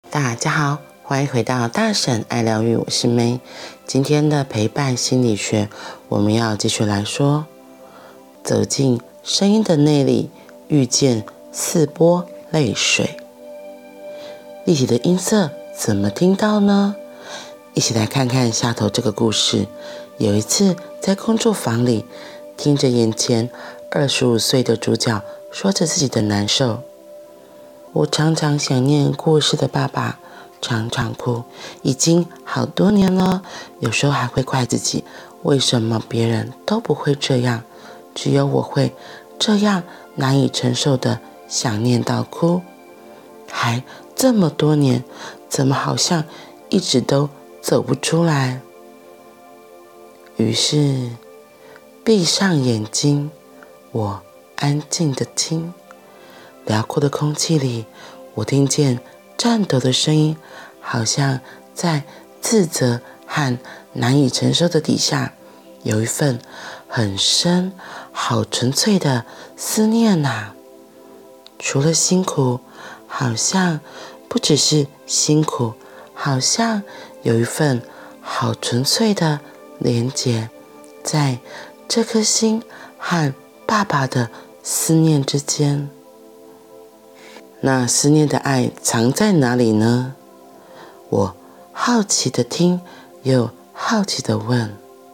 大家好，欢迎回到大婶爱疗愈，我是May。今天的陪伴心理学，我们要继续来说，走进声音的内里，遇见四波泪水。立体的音色怎么听到呢？一起来看看下头这个故事。有一次在工作坊里，听着眼前25岁的主角说着自己的难受。我常常想念过世的爸爸，常常哭，已经好多年了。有时候还会怪自己，为什么别人都不会这样，只有我会这样难以承受的想念到哭。还这么多年，怎么好像一直都走不出来？于是闭上眼睛，我安静地听。辽阔的空气里，我听见颤抖的声音，好像在自责和难以承受的底下，有一份很深、好纯粹的思念啊。除了辛苦，好像不只是辛苦，好像有一份好纯粹的连结，在这颗心和爸爸的思念之间。那思念的爱藏在哪里呢？我好奇的听，又好奇的问。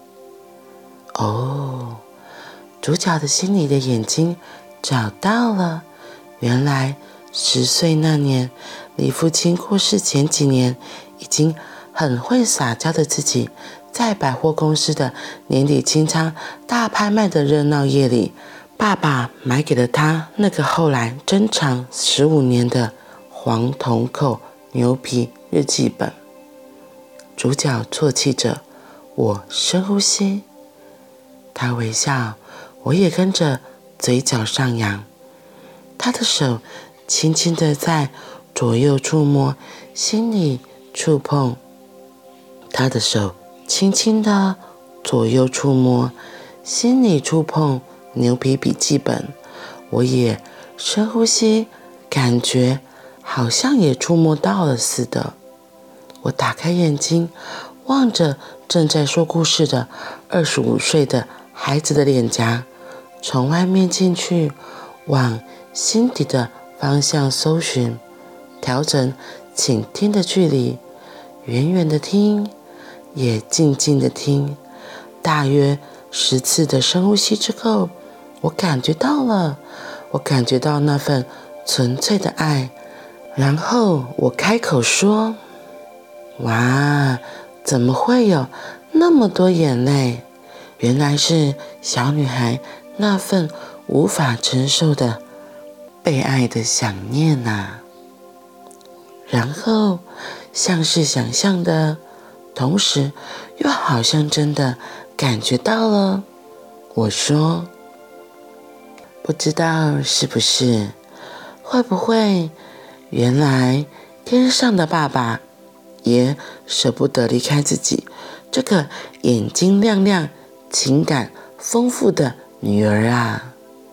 哦，主角的心里的眼睛找到了。原来10岁那年，离父亲过世前几年，已经很会撒娇的自己，在百货公司的年底清仓大拍卖的热闹夜里，爸爸买给了他那个后来珍藏15年的黄铜扣牛皮日记本。主角啜泣着，我深呼吸，他微笑，我也跟着嘴角上扬。他的手轻轻地在左右触摸，心里触碰。他的手轻轻地左右触摸，心里触碰牛皮笔记本。我也深呼吸，感觉好像也触摸到了似的。我打开眼睛，望着正在说故事的25岁的孩子的脸颊，从外面进去，往心底的方向搜寻，调整倾听的距离，远远的听，也静静的听。大约10次的深呼吸之后，我感觉到了，我感觉到那份纯粹的爱。然后我开口说：哇，怎么会有那么多眼泪？原来是小女孩那份无法承受的被爱的想念啊。然后像是想象的，同时又好像真的感觉到了。我说，不知道是不是，会不会原来天上的爸爸也舍不得离开自己这个眼睛亮亮、情感丰富的女儿啊。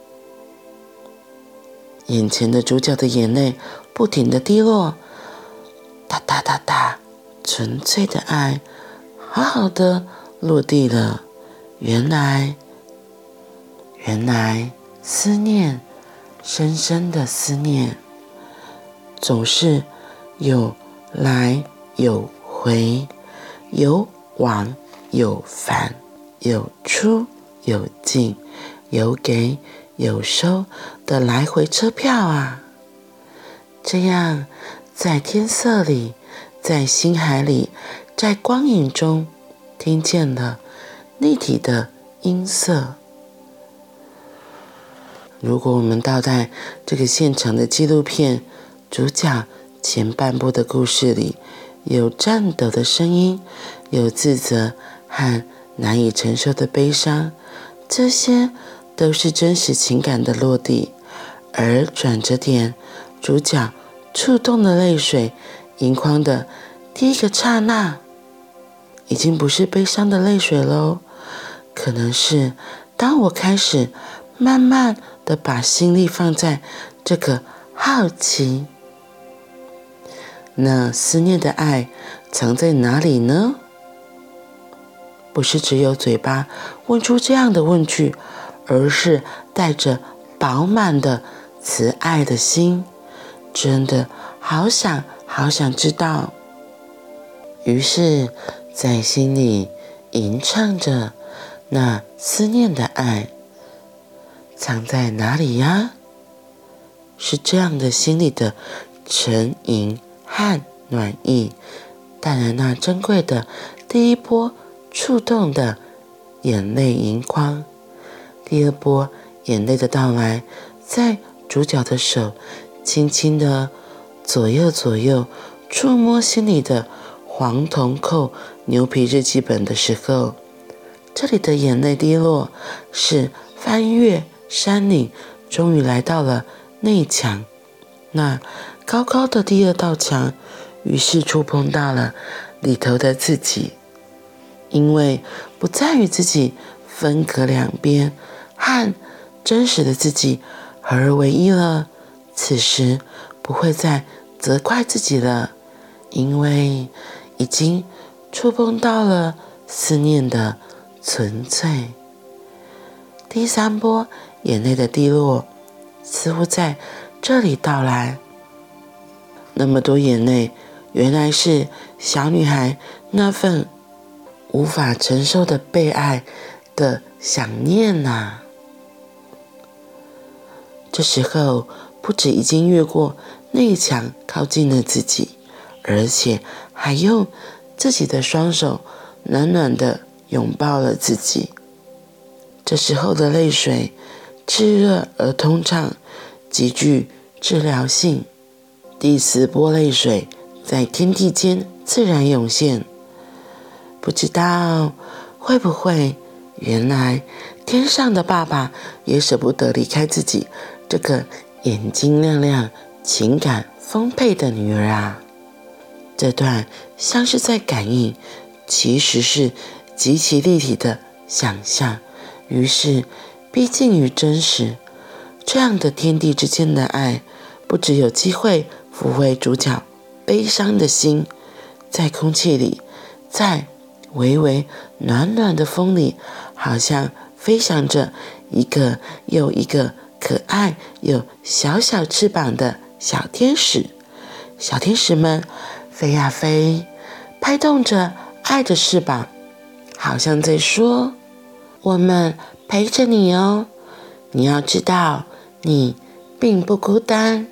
眼前的主角的眼泪不停地滴落，哒哒哒哒，纯粹的爱好好的落地了。原来思念，深深的思念，总是有来有回，有往有返，有出有进，有给有收的来回车票啊。这样在天色里，在星海里，在光影中，听见了立体的音色。如果我们倒带这个现场的纪录片，主角前半部的故事里，有颤抖的声音，有自责和难以承受的悲伤，这些都是真实情感的落地。而转折点，主角触动的泪水盈眶的第一个刹那，已经不是悲伤的泪水咯，可能是当我开始慢慢的把心力放在这个好奇， 那思念的爱藏在哪里呢？不是只有嘴巴问出这样的问句，而是带着饱满的慈爱的心，真的好想好想知道。于是在心里吟唱着那思念的爱藏在哪里呀？是这样的心里的沉吟和暖意，带来那珍贵的第一波触动的眼泪盈眶。第二波眼泪的到来，在主角的手轻轻的左右触摸心里的黄铜扣牛皮日记本的时候，这里的眼泪滴落是翻越山岭，终于来到了内墙，那高高的第二道墙，于是触碰到了里头的自己。因为不再与自己分隔两边，和真实的自己合而为一了，此时不会再责怪自己了，因为已经触碰到了思念的纯粹。第三波眼泪的滴落似乎在这里到来，那么多眼泪，原来是小女孩那份无法承受的被爱的想念啊。这时候不止已经越过内墙靠近了自己，而且还用自己的双手暖暖地拥抱了自己。这时候的泪水炽热而通畅，极具治疗性。第四波泪水在天地间自然涌现，不知道会不会原来天上的爸爸也舍不得离开自己这个眼睛亮亮情感丰沛的女儿啊。这段像是在感应，其实是极其立体的想象，于是逼近于真实。这样的天地之间的爱，不只有机会抚慰主角悲伤的心，在空气里，在微微暖暖的风里，好像飞翔着一个又一个可爱又小小翅膀的小天使。小天使们飞呀飞，拍动着爱的翅膀，好像在说：我们陪着你哦，你要知道你并不孤单。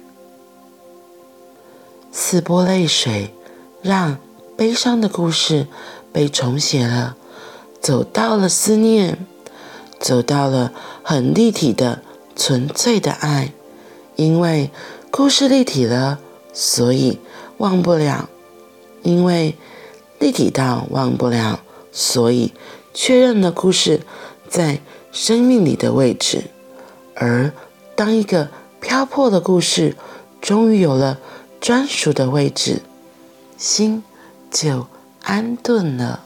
四波泪水让悲伤的故事被重写了，走到了思念，走到了很立体的纯粹的爱。因为故事立体了，所以忘不了；因为立体到忘不了，所以确认了故事在生命里的位置。而当一个飘泊的故事终于有了专属的位置，心就安顿了。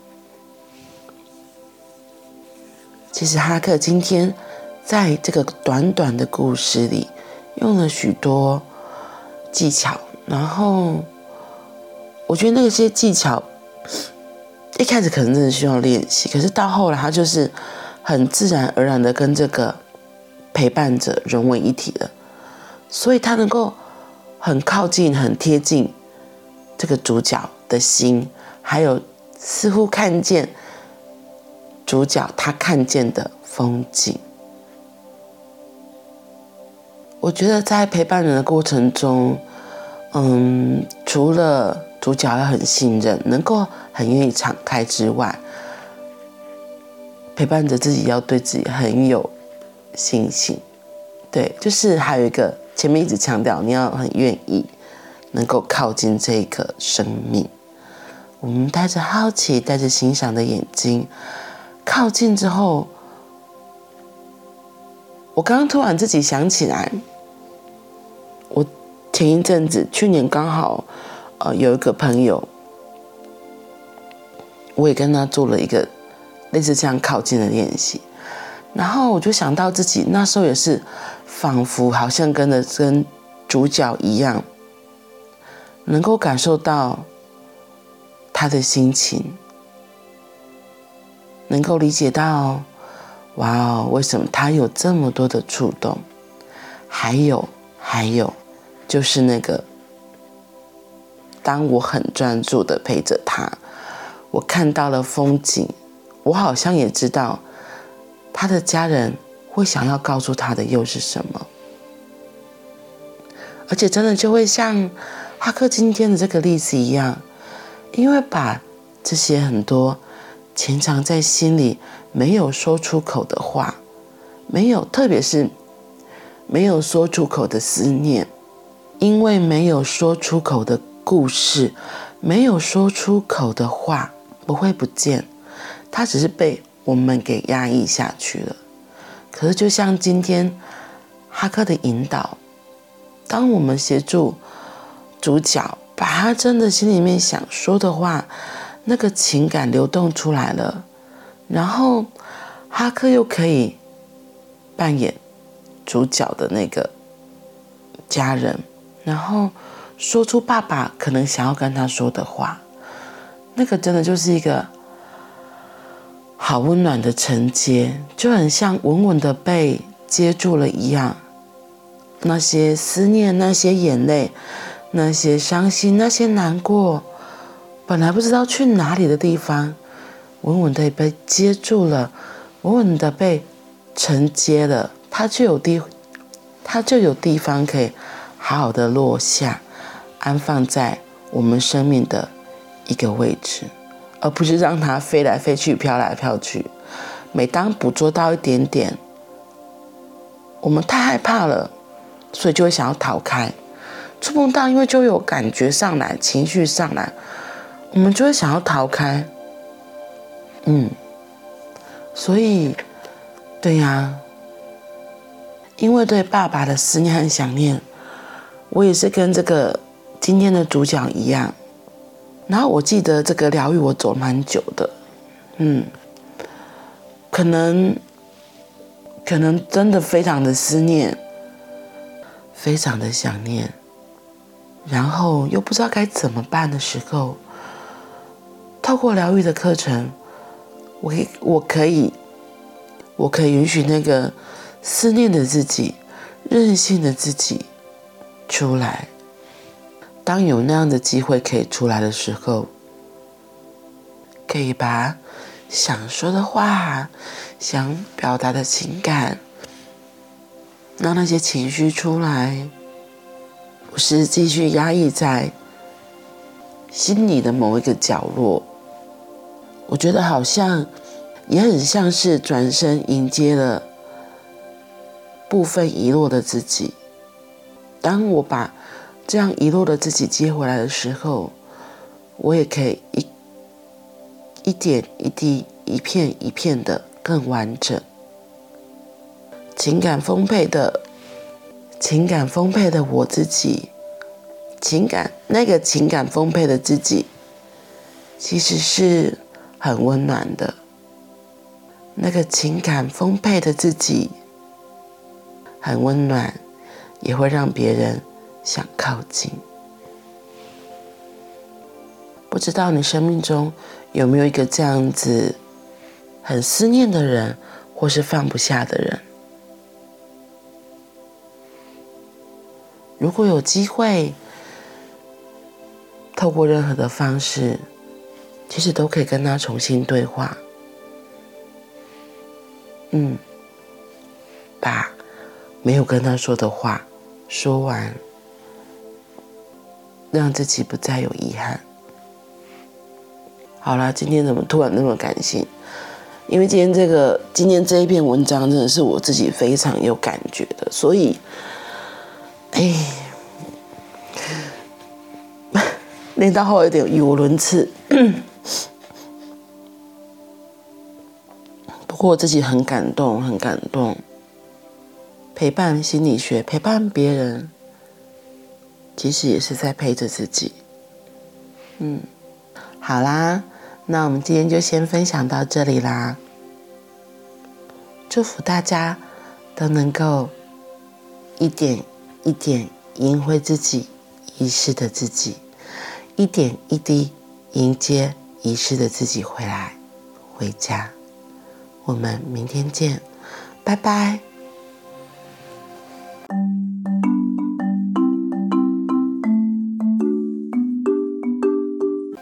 其实哈克今天在这个短短的故事里用了许多技巧，然后我觉得那些技巧一开始可能真的需要练习，可是到后来他就是很自然而然的跟这个陪伴者融为一体了，所以他能够很靠近很贴近这个主角的心，还有似乎看见主角他看见的风景。我觉得在陪伴人的过程中，除了主角要很信任，能够很愿意敞开之外，陪伴者自己要对自己很有信心。对，就是还有一个前面一直强调，你要很愿意能够靠近这个生命。我们带着好奇，带着欣赏的眼睛靠近之后，我刚刚突然自己想起来，我前一阵子去年刚好有一个朋友，我也跟他做了一个类似这样靠近的练习，然后我就想到自己那时候也是仿佛好像跟主角一样， 能够感受到他的心情，能够理解到，哇哦，为什么他有这么多的触动？还有，就是那个，当我很专注的陪着他，我看到了风景，我好像也知道他的家人会想要告诉他的又是什么，而且真的就会像哈克今天的这个例子一样，因为把这些很多潜藏在心里没有说出口的话，特别是没有说出口的思念，因为没有说出口的故事，没有说出口的话不会不见，它只是被我们给压抑下去了。可是就像今天哈克的引导，当我们协助主角把他真的心里面想说的话，那个情感流动出来了，然后哈克又可以扮演主角的那个家人，然后说出爸爸可能想要跟他说的话，那个真的就是一个好温暖的承接，就很像稳稳的被接住了一样。那些思念，那些眼泪，那些伤心，那些难过，本来不知道去哪里的地方，稳稳的被接住了，稳稳的被承接了，它就有地方可以好好的落下，安放在我们生命的一个位置，而不是让它飞来飞去，飘来飘去。每当捕捉到一点点，我们太害怕了，所以就会想要逃开。触碰到，因为就有感觉上来，情绪上来，我们就会想要逃开。所以，对呀，因为对爸爸的思念和想念，我也是跟这个今天的主角一样。然后我记得这个疗愈我走蛮久的，可能真的非常的思念，非常的想念，然后又不知道该怎么办的时候，透过疗愈的课程，我可以允许那个思念的自己、任性的自己出来。当有那样的机会可以出来的时候，可以把想说的话、想表达的情感，让那些情绪出来，不是继续压抑在心里的某一个角落。我觉得好像也很像是转身迎接了部分遗落的自己。当我把这样遗落的自己接回来的时候，我也可以一点一滴、一片一片的更完整。情感丰沛的我自己，那个情感丰沛的自己，其实是很温暖的。那个情感丰沛的自己很温暖，也会让别人想靠近。不知道你生命中有没有一个这样子很思念的人，或是放不下的人？如果有机会，透过任何的方式，其实都可以跟他重新对话。把没有跟他说的话说完，让自己不再有遗憾。好啦，今天怎么突然那么感性？因为今天这一篇文章真的是我自己非常有感觉的，所以，念到后有点语无伦次。不过我自己很感动，很感动。陪伴心理学，陪伴别人，其实也是在陪着自己。好啦，那我们今天就先分享到这里啦。祝福大家都能够一点一点赢回自己遗失的自己， 一点一滴迎接遗失的自己回家。我们明天见，拜拜。